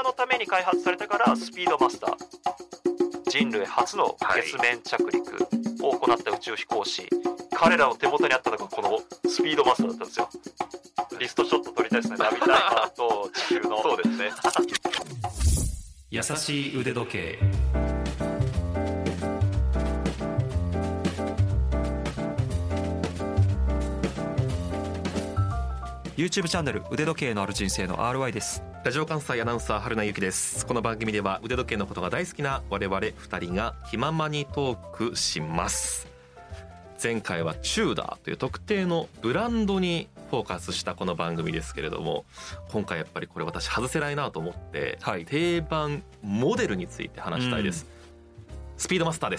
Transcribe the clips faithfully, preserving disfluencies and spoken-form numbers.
車のために開発されたからスピードマスター、人類初の月面着陸を行った宇宙飛行士、はい、彼らの手元にあったのがこのスピードマスターだったんですよ。リストショット撮りたいですね。ナビタイマーと地球のそうですね優しい腕時計。YouTube チャンネル腕時計のある人生の アールワイ です。 ラジオ関西アナウンサー春名由紀です。この番組では腕時計のことが大好きな我々ふたりが気ままにトークします。前回はチューダーという特定のブランドにフォーカスしたこの番組ですけれども、今回やっぱりこれ私外せないなと思って、はい、定番モデルについて話したいです、うん、スピードマスターです。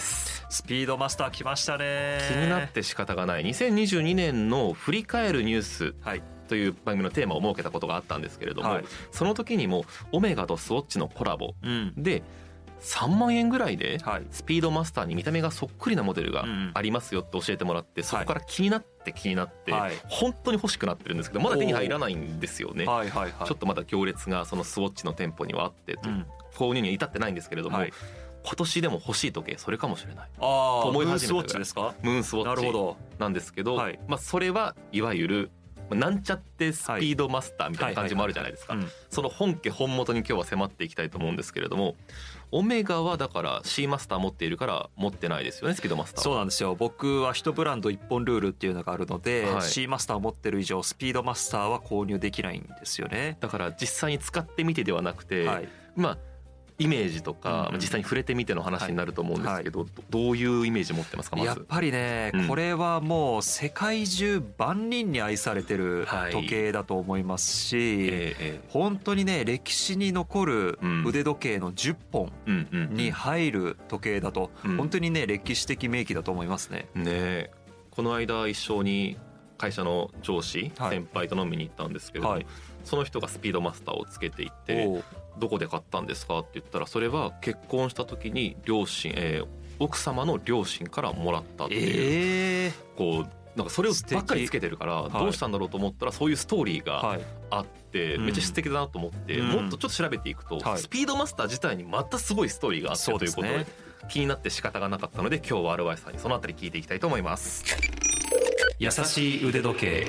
スピードマスター来ましたね。 気になって仕方がない。にせんにじゅうにねんの振り返るニュース、はいという番組のテーマを設けたことがあったんですけれども、はい、その時にもオメガとスウォッチのコラボ、うん、でさんまんえんぐらいでスピードマスターに見た目がそっくりなモデルがありますよって教えてもらって、そこから気になって気になって本当に欲しくなってるんですけど、まだ手に入らないんですよね。ちょっとまだ行列がそのスウォッチの店舗にはあって、購入には至ってないんですけれども、今年でも欲しい時計それかもしれないと思い始めたぐらい。ムーンスウォッチですか？ムーンスウォッチなんですけど、まあそれはいわゆるなんちゃってスピードマスターみたいな感じもあるじゃないですか。その本家本元に今日は迫っていきたいと思うんですけれども、オメガはだから C マスター持っているから持ってないですよね、スピードマスターは。 そうなんですよ。僕は一ブランド一本ルールっていうのがあるので、はい、C マスターを持ってる以上スピードマスターは購入できないんですよね。 だから実際に使ってみてではなくて、はい、まあイメージとか実際に触れてみての話になると思うんですけど、はいはい、どういうイメージ持ってますか？まずやっぱりね、うん、これはもう世界中万人に愛されてる時計だと思いますし、はいええ、本当にね歴史に残る腕時計のじゅっぽんに入る時計だと、うん、本当にね歴史的名機だと思いますね。 ね、この間一緒に会社の上司、はい、先輩と飲みに行ったんですけれども、はい、その人がスピードマスターをつけていて、どこで買ったんですかって言ったら、それは結婚した時に両親、えー、奥様の両親からもらったっていう、えー、こうなんかそれをばっかりつけてるからどうしたんだろうと思ったら、そういうストーリーがあってめっちゃ素敵だなと思って、うん、もっとちょっと調べていくと、はい、スピードマスター自体にまたすごいストーリーがあってということで、ね、気になって仕方がなかったので、今日はアールワイさんにそのあたり聞いていきたいと思います。 優しい腕時計。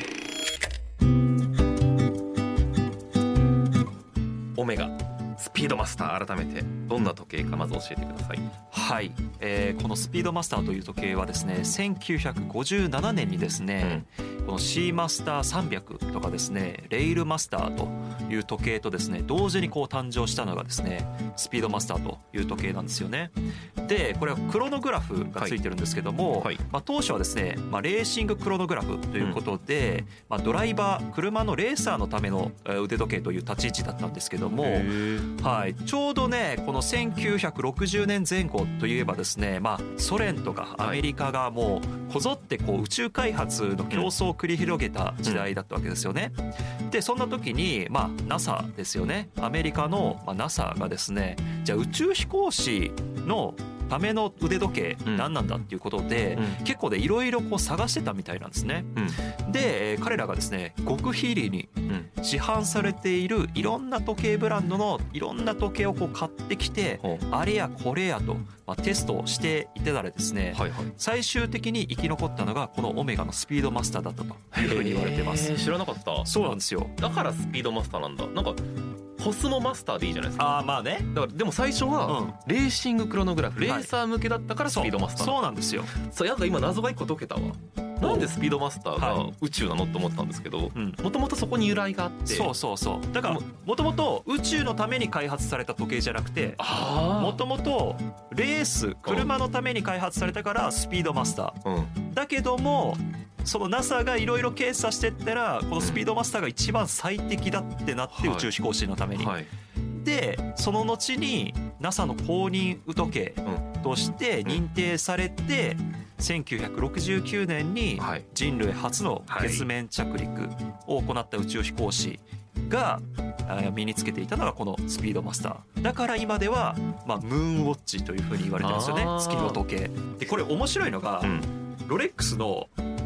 オメガスピードマスター、改めてどんな時計かまず教えてください。 はい、えー、このスピードマスターという時計はですね、せんきゅうひゃくごじゅうななねんにですね、うん、この C マスターさんびゃくとかですね、レイルマスターという時計とですね同時にこう誕生したのがですねスピードマスターという時計なんですよね。でこれはクロノグラフがついてるんですけども、はいはい、まあ、当初はですね、まあ、レーシングクロノグラフということで、うん、まあ、ドライバー車のレーサーのための腕時計という立ち位置だったんですけども、はい、ちょうどねこのせんきゅうひゃくろくじゅうねんぜん後といえばですね、まあ、ソ連とかアメリカがもうこぞってこう宇宙開発の競争を繰り広げた時代だったわけですよね。でそんな時に、まあ、ナサ ですよね。アメリカの ナサ がですね、じゃあ宇宙飛行士のための腕時計何なんだっていうことで、うん、結構でいろいろこう探してたみたいなんですね、うん、で彼らがですね極秘裏に市販されているいろんな時計ブランドのいろんな時計をこう買ってきて、うん、あれやこれやと、まあ、テストをしていてたらですね、はいはい、最終的に生き残ったのがこのオメガのスピードマスターだったというふうに言われてます。 知らなかった。 そうなんですよ。 だからスピードマスターなんだ。なんかコスモマスターでいいじゃないですか。 あーまあね。 だからでも最初はレーシングクロノグラフ、レーサー向けだったからスピードマスター、 はい、そう、そうなんですよ。 そう、なんか今謎が一個解けたわ。なんでスピードマスターが宇宙なのって思ったんですけど、もともとそこに由来があって、 そうそうそう、だからもともと宇宙のために開発された時計じゃなくて、もともとレース車のために開発されたからスピードマスター、うん、だけどもその ナサ がいろいろ検査してったらこのスピードマスターが一番最適だってなって、宇宙飛行士のために、はい、でその後に ナサ の公認腕時計として認定されて、せんきゅうひゃくろくじゅうきゅうねんに人類初の月面着陸を行った宇宙飛行士が身につけていたのがこのスピードマスターだから今ではまあムーンウォッチというふうに言われてるんですよね、月の時計で。これ面白いのが、うん、ロレックスの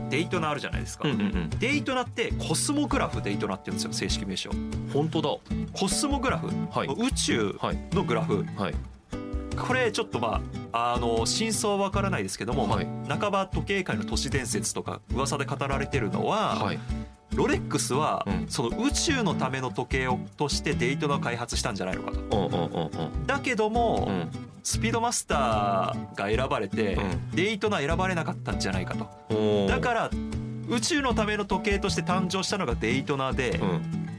デイトナあるじゃないですか、 うんうんうん、 デイトナってコスモグラフデイトナって言うんですよ、正式名称。 本当だ、 コスモグラフ、はい、宇宙のグラフ、はい、これちょっとまああの真相はわからないですけども、はい、まあ、半ば時計界の都市伝説とか噂で語られてるのは、はい、ロレックスはその宇宙のための時計をとしてデイトナを開発したんじゃないのかと、うんうんうんうん、だけども、うん、スピードマスターが選ばれて、うん、デイトナ選ばれなかったんじゃないかと。だから宇宙のための時計として誕生したのがデイトナで、うん、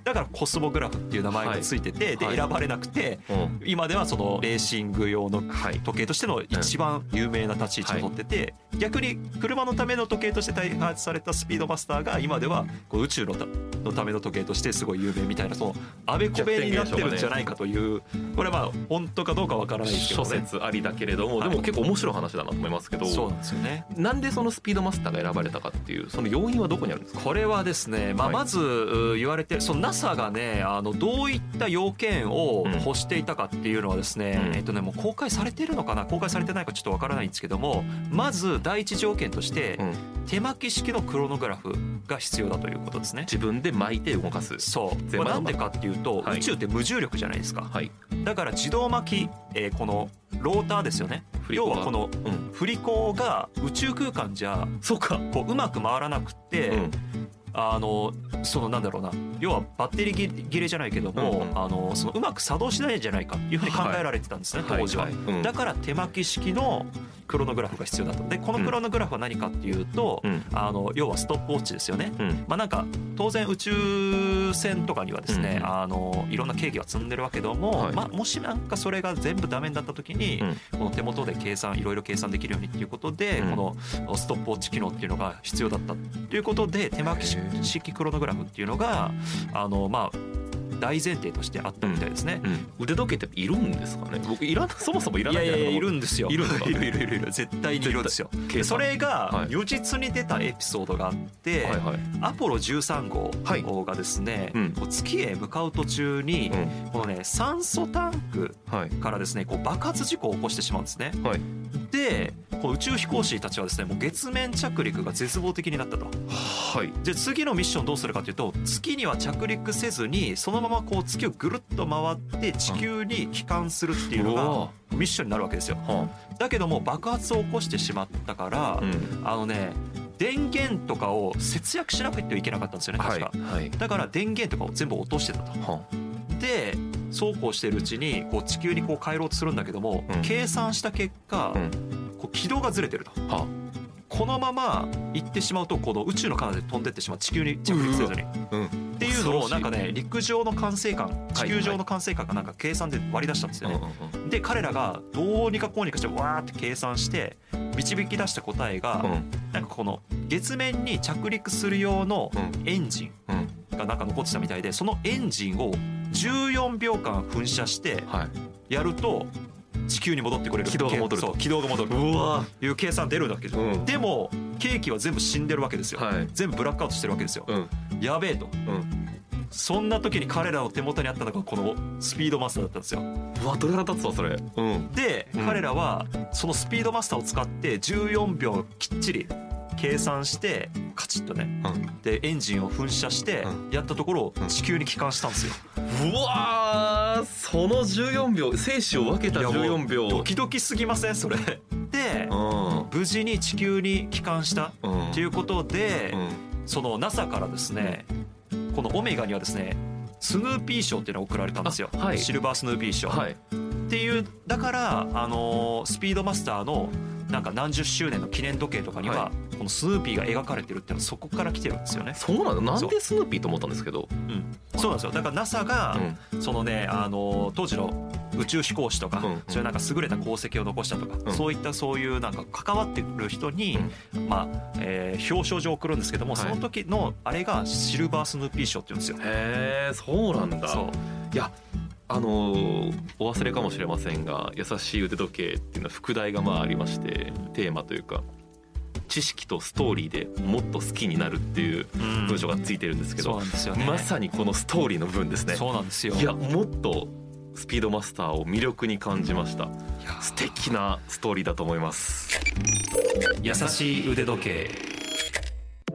だからコスモグラフっていう名前がついてて、はい、で選ばれなくて、はい、今ではそのレーシング用の時計としての一番有名な立ち位置を取ってて、逆に車のための時計として開発されたスピードマスターが今ではこう宇宙のたのための時計としてすごい有名みたいな、そのあべこべになってるんじゃないかという、これはまあ本当かどうかわからないですけどね、諸説ありだけれども、でも結構面白い話だなと思いますけど、 そうなんですよね。 なんでそのスピードマスターが選ばれたかっていうその要因はどこにあるんですか？ これはですね、まあ、まず言われてるその ナサ がね、あのどういった要件を欲していたかっていうのはですね、うん、えっとねもう公開されてるのかな公開されてないかちょっとわからないんですけども、まず第一条件として、うん、手巻き式のクロノグラフが必要だということですね。 自分で巻いて動かす。 そう、これなんでかっていうと、はい、宇宙って無重力じゃないですか、はい、だから自動巻き、えー、このローターですよね。要はこの振り子が宇宙空間じゃそうかこううまく回らなくて、うん、あのそのなんだろうな、要はバッテリー切れじゃないけども、うん、あのそのうまく作動しないんじゃないかっていうふうに考えられてたんですね、はい、当時は、はいはい、うん、だから手巻き式のクロノグラフが必要だと。でこのクロノグラフは何かっていうと、うん、あの要はストップウォッチですよね、うん、まあなんか当然宇宙船とかにはですね、うん、あのいろんな計器は積んでるわけども、はい、まあ、もしなんかそれが全部ダメになった時に、うん、この手元で計算いろいろ計算できるようにっていうことで、うん、このストップウォッチ機能っていうのが必要だったということで、手巻き式クロノグラフっていうのがあのまあ大前提としてあったみたいですね、 うんうん、腕時計っているんですかね。僕いらそもそもいらないんじゃないかな。 いやいやいるんですよ。 いるんだ。 いるいるいるいる絶対にいるんですよ。それが如実に出たエピソードがあって、はいはい、アポロじゅうさん号がですね、はい、うん、月へ向かう途中に、うん、このね酸素タンクからですねこう爆発事故を起こしてしまうんですね、はい、でこう宇宙飛行士たちはですねもう月面着陸が絶望的になったと、はい、で次のミッションどうするかというと、月には着陸せずにそのままこう月をぐるっと回って地球に帰還するっていうのがミッションになるわけですよ、うん、だけども爆発を起こしてしまったから、うん、あのね電源とかを節約しなくてはいけなかったんですよね確か、はいはい、だから電源とかを全部落としてたと、うん、でそうこうしてるうちにこう地球にこう帰ろうとするんだけども、うん、計算した結果、うん、こう軌道がずれてると、はあ、このまま行ってしまうとこの宇宙の彼方で飛んでってしまう、地球に着陸せずに、うん、っていうのをなんかね陸上の管制官地球上の管制官がなんか計算で割り出したんですよね、はいはい、で彼らがどうにかこうにかしてわーって計算して導き出した答えが、うん、なんかこの月面に着陸する用のエンジンがなんか残ってたみたいで、そのエンジンをじゅうよんびょうかん噴射してやると地球に戻ってくれる、 軌道が戻る、 そう軌道が戻るという計算出るわけですよ、うん、でも計器は全部死んでるわけですよ、はい、全部ブラックアウトしてるわけですよ、うん、やべえと、うん、そんな時に彼らの手元にあったのがこのスピードマスターだったんですよ。 うわ鳥肌立つわそれ、 うん、で、うん、彼らはそのスピードマスターを使ってじゅうよんびょうきっちり計算してカチッとね、うん、でエンジンを噴射してやったところ地球に帰還したんですよ、 うん、うわーそのじゅうよんびょう生死を分けたじゅうよんびょうドキドキすぎませんそれで、うん、無事に地球に帰還したということで、うん、その ナサ からですねこのオメガにはですねスヌーピー賞っていうのが贈られたんですよ、はい、シルバースヌーピー賞、はい、っていうだからあのスピードマスターのなんか何十周年の記念時計とかにはこのスヌーピーが描かれてるっていうのはそこから来てるんですよね。 そうなの？なんでスヌーピーと思ったんですけど、 うん、そうなんですよ。だから ナサ がそのねあの当時の宇宙飛行士とか、うんうん、そういうなんか優れた功績を残したとか、うん、そういったそういうなんか関わってくる人に、うん、まあ、えー、表彰状を送るんですけども、はい、その時のあれがシルバースヌーピー賞っていうんですよ。 へーそうなんだ。そういやあのー、お忘れかもしれませんが優しい腕時計っていうのは副題がまあありまして、テーマというか知識とストーリーでもっと好きになるっていう文章がついてるんですけど、うん、そうなんですよね、まさにこのストーリーの分ですね。 そうなんですよ。 いやもっとスピードマスターを魅力に感じました。素敵なストーリーだと思います。 優しい腕時計。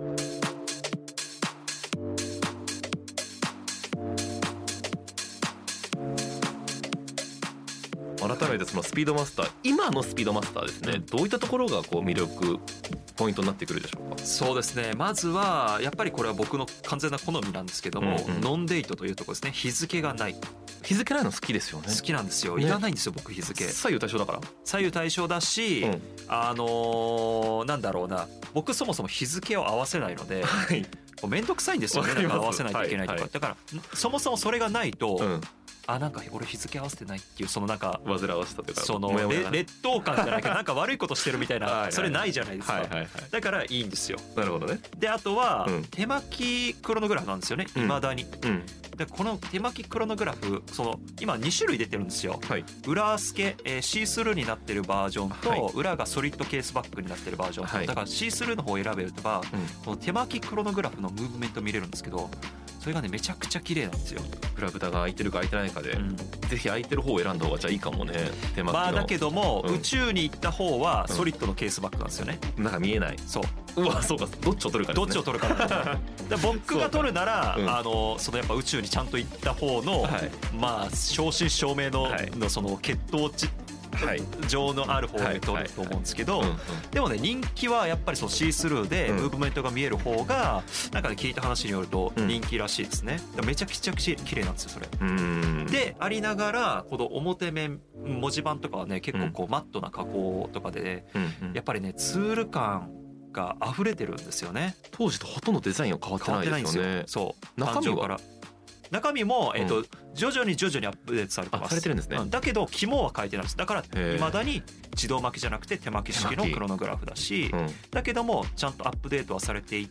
めてそのスピードマスター、今のスピードマスターですね、どういったところがこう魅力ポイントになってくるでしょうか。 そうですね、まずはやっぱりこれは僕の完全な好みなんですけども、うんうん、ノンデートというところですね。日付がない。 日付ないの好きですよね。 好きなんですよ、いらないんですよ、ね、僕日付。 左右対称だから。 左右対称だし、うん、あのー、なんだろうな、僕そもそも日付を合わせないので、はい、めんどくさいんですよね。なんか合わせないといけないとか、はいはい、だからそもそもそれがないと、うん、あ、なんか俺日付合わせてないっていう、そのなんか煩わしさというか、 その劣等感じゃないけど、なんか悪いことしてるみたいなそれないじゃないですか。だからいいんですよ。 なるほどね。 であとは手巻きクロノグラフなんですよね、未だに。でこの手巻きクロノグラフ、その今に種類出てるんですよ。裏透けシースルーになってるバージョンと、裏がソリッドケースバッグになってるバージョン。だからシースルーの方を選べれば、この手巻きクロノグラフのムーブメント見れるんですけど、それがねめちゃくちゃ綺麗なんですよ。 裏蓋が開いてるか開いてないかで、うん、ぜひ開いてる方を選んだ方がじゃあいいかもね。手巻きの。 まあだけども、うん、宇宙に行った方はソリッドのケースバッグなんですよね。 なんか見えない。 そう。 うわ、そうか。どっちを取るかですね。 どっちを取るか。で僕が取るなら、うん、あのそのやっぱ宇宙にちゃんと行った方の、はい、まあ正真正銘の、はい、のその血糖値はい、情のある方に取ると思うんですけど、でもね人気はやっぱりそのシースルーでムーブメントが見える方がなんかね聞いた話によると人気らしいですね。めちゃくちゃ綺麗なんですよそれ。でありながらこの表面文字盤とかはね結構こうマットな加工とかでやっぱりねツール感が溢れてるんですよね。 当時とほとんどデザインは変わってないですよね。 そう中身から中身も、えーとうん、徐々に徐々にアップデートされてます。 されてるんですね。 だけど肝は変えてないです。だから未だに自動巻きじゃなくて手巻き式のクロノグラフだし、うん、だけどもちゃんとアップデートはされていって、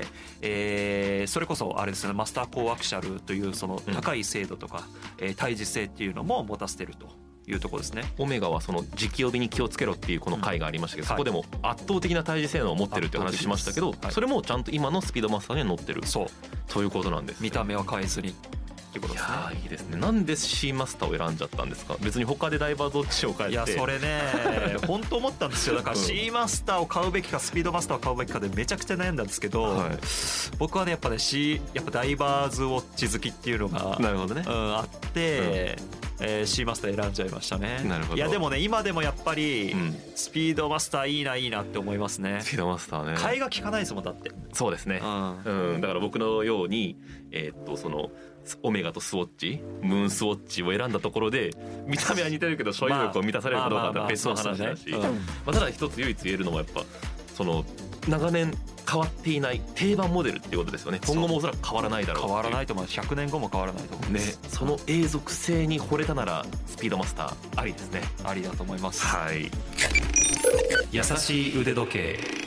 えー、それこそあれですね、マスターコーアクシャルというその高い精度とか、うん、えー、対峙性っていうのも持たせてるというところですね。 オメガはその磁気帯に気をつけろっていうこの回がありましたけど、うん、そこでも圧倒的な対峙性能を持ってるっていう話しましたけど、はい、それもちゃんと今のスピードマスターには乗ってる。そうということなんです。 見た目は変えずに。いやいいですね。なんで C マスターを選んじゃったんですか。別に他でダイバーどっちを変えて。 いやそれね本当思ったんですよ。だから C マスターを買うべきかスピードマスターを買うべきかでめちゃくちゃ悩んだんですけど、はい、僕はねやっぱね C やっぱダイバーズウォッチ好きっていうのがなるほどね、 うん、あって、うんえー、C マスター選んじゃいましたね。 なるほど。 いやでもね今でもやっぱり、うん、スピードマスターいいないいなって思いますね。 スピードマスターね。 替えが利かないですもんだって。 そうですね、うんうん、だから僕のようにえー、っとそのオメガとスウォッチムーンスウォッチを選んだところで見た目は似てるけど所有欲を満たされるかどうかは別の話だし、ただ一つ唯一言えるのはやっぱその長年変わっていない定番モデルっていうことですよね。今後もおそらく変わらないだろう。 変わらないと思う。ひゃくねんごも変わらないと思うね。 その永続性に惚れたならスピードマスターありですね。 ありだと思います。 はい。 優しい腕時計。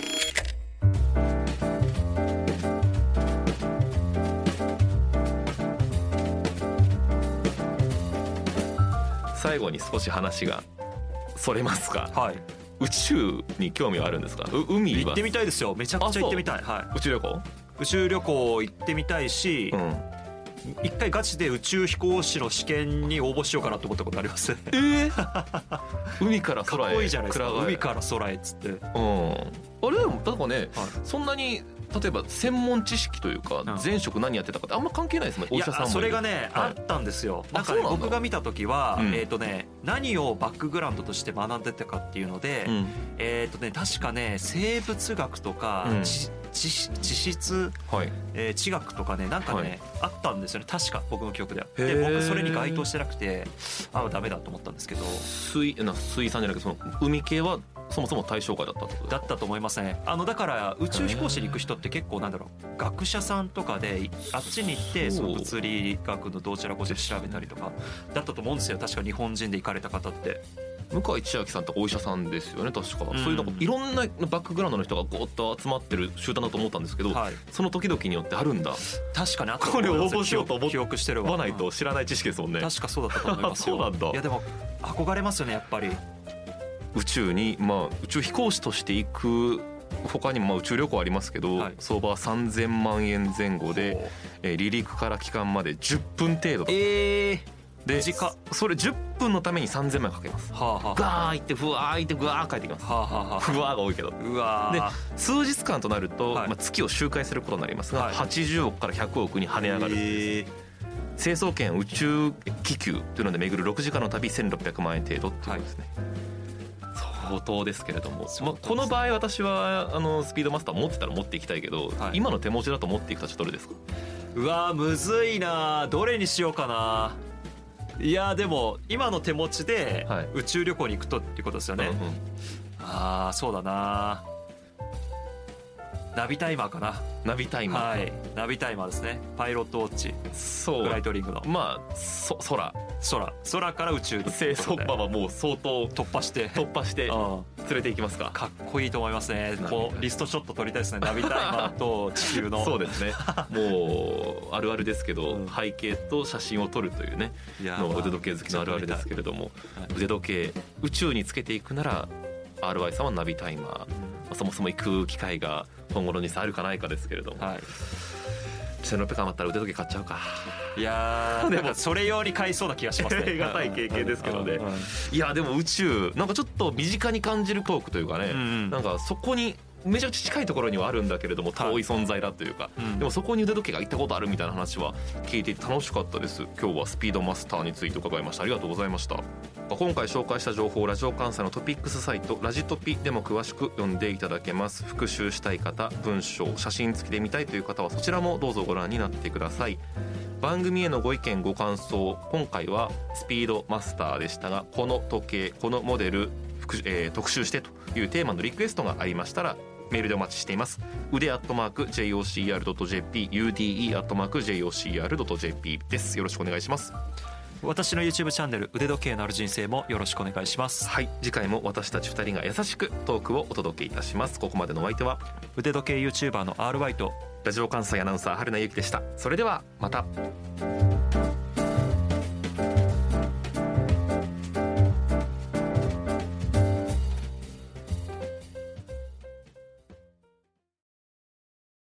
最後に少し話がそれますが、はい、宇宙に興味はあるんですか。う海は行ってみたいですよ。めちゃくちゃ行ってみたい、はい、 宇宙旅行宇宙旅行行ってみたいし、うん、一回ガチで宇宙飛行士の試験に応募しようかなと思ったことあります。 えー、海から空へ。 かっこいいじゃないですか。海から空へっつって、うん、 あれでもなんかね、はい、そんなに例えば専門知識というか前職何やってたかってあんま関係ないですね。お医者さんもいやそれがね、はい、あったんですよ。なんかね僕が見た時は、うん、えっとね何をバックグラウンドとして学んでたかっていうので、うん、えっとね確かね生物学とか、うん、地, 地, 地質、はいえー、地学とかねなんかね、はい、あったんですよね確か僕の記憶では。で僕それに該当してなくてあダメだと思ったんですけど。 水な水産じゃなくてその海系はそもそも対象外だったってことだったと思いますね。あのだから宇宙飛行士に行く人って結構なんだろう学者さんとかであっちに行ってその物理学のどちらこちら調べたりとかだったと思うんですよ。確か日本人で行かれた方って。 向井千秋さんってお医者さんですよね確か、うん、そういうなんかいろんなバックグラウンドの人がゴーッと集まってる集団だと思ったんですけど、はい、その時々によってあるんだ。 確かにあこれ応募しようと思記憶してるわわないと知らない知識ですもんね。 確かそうだったと思いますよ。 そうなんだ。 いやでも憧れますよねやっぱり。 宇宙に、まあ、宇宙飛行士として行く他にもまあ宇宙旅行ありますけど、はい、相場はさんぜんまんえんぜん後で、えー、離陸から帰還までじゅっぷん程度。 えーでそれじゅっぷんのためにさんぜんまんかけます、はあはあ、ガー行ってふわー行ってぐわー帰ってきます、はあはあ、ふわーが多いけどうわで数日間となると、はいまあ、月を周回することになりますが、はい、はちじゅうおくからひゃくおくに跳ね上がるんです、えー成層圏宇宙気球というので巡るろくじかんの旅せんろっぴゃくまんえん程度っていうことですね、はい、相当ですけれども、まあ、この場合私はあのスピードマスター持ってたら持っていきたいけど、はい、今の手持ちだと持っていくたちどれですか？ うわーむずいな、どれにしようかな。いやでも今の手持ちで宇宙旅行に行くとっていうことですよね、はい、うんうん、ああそうだな、ナビタイマーかな。 ナビタイマー、 はい、ナビタイマーですね。パイロットウォッチ、そうフライトリングの、 まあそ空空空から宇宙に清掃パはもう相当突破して突破して連れて行きますか。 かっこいいと思いますね。こうリストショット撮りたいですね。ナビタイマーと地球のそうですね、もうあるあるですけど、うん、背景と写真を撮るというねの腕時計好きのあるあるですけれども、腕時計宇宙につけていくなら アールワイ さんはナビタイマー、うん、そもそも行く機会が今後のにさんあるかないかですけれども、はい、せんろっぴゃく余ったら腕時計買っちゃうか。 いやでもそれ用に買いそうな気がしますね。 ありがたい経験ですけどね。いやでも宇宙なんかちょっと身近に感じるトークというかね、うんうん、なんかそこにめちゃくちゃ近いところにはあるんだけれども遠い存在だというか、はい、うん、でもそこに腕時計が行ったことあるみたいな話は聞いていて楽しかったです。今日はスピードマスターについて伺いました。ありがとうございました。今回紹介した情報をラジオ関西のトピックスサイトラジトピでも詳しく読んでいただけます。復習したい方、文章写真付きで見たいという方はそちらもどうぞご覧になってください。番組へのご意見ご感想、今回はスピードマスターでしたが、この時計このモデル、えー、特集してというテーマのリクエストがありましたらメールでお待ちしています。腕アットマーク ジェイオーシーアールドットジェーピー ユーディーイー アットマーク ジェイオーシーアールドットジェーピー です。よろしくお願いします。 私の YouTube チャンネル腕時計のある人生もよろしくお願いします。 はい、次回も私たちふたりが優しくトークをお届けいたします。ここまでのお相手は腕時計 YouTuber の アールワイ とラジオ関西アナウンサー春名由紀でした。それではまた。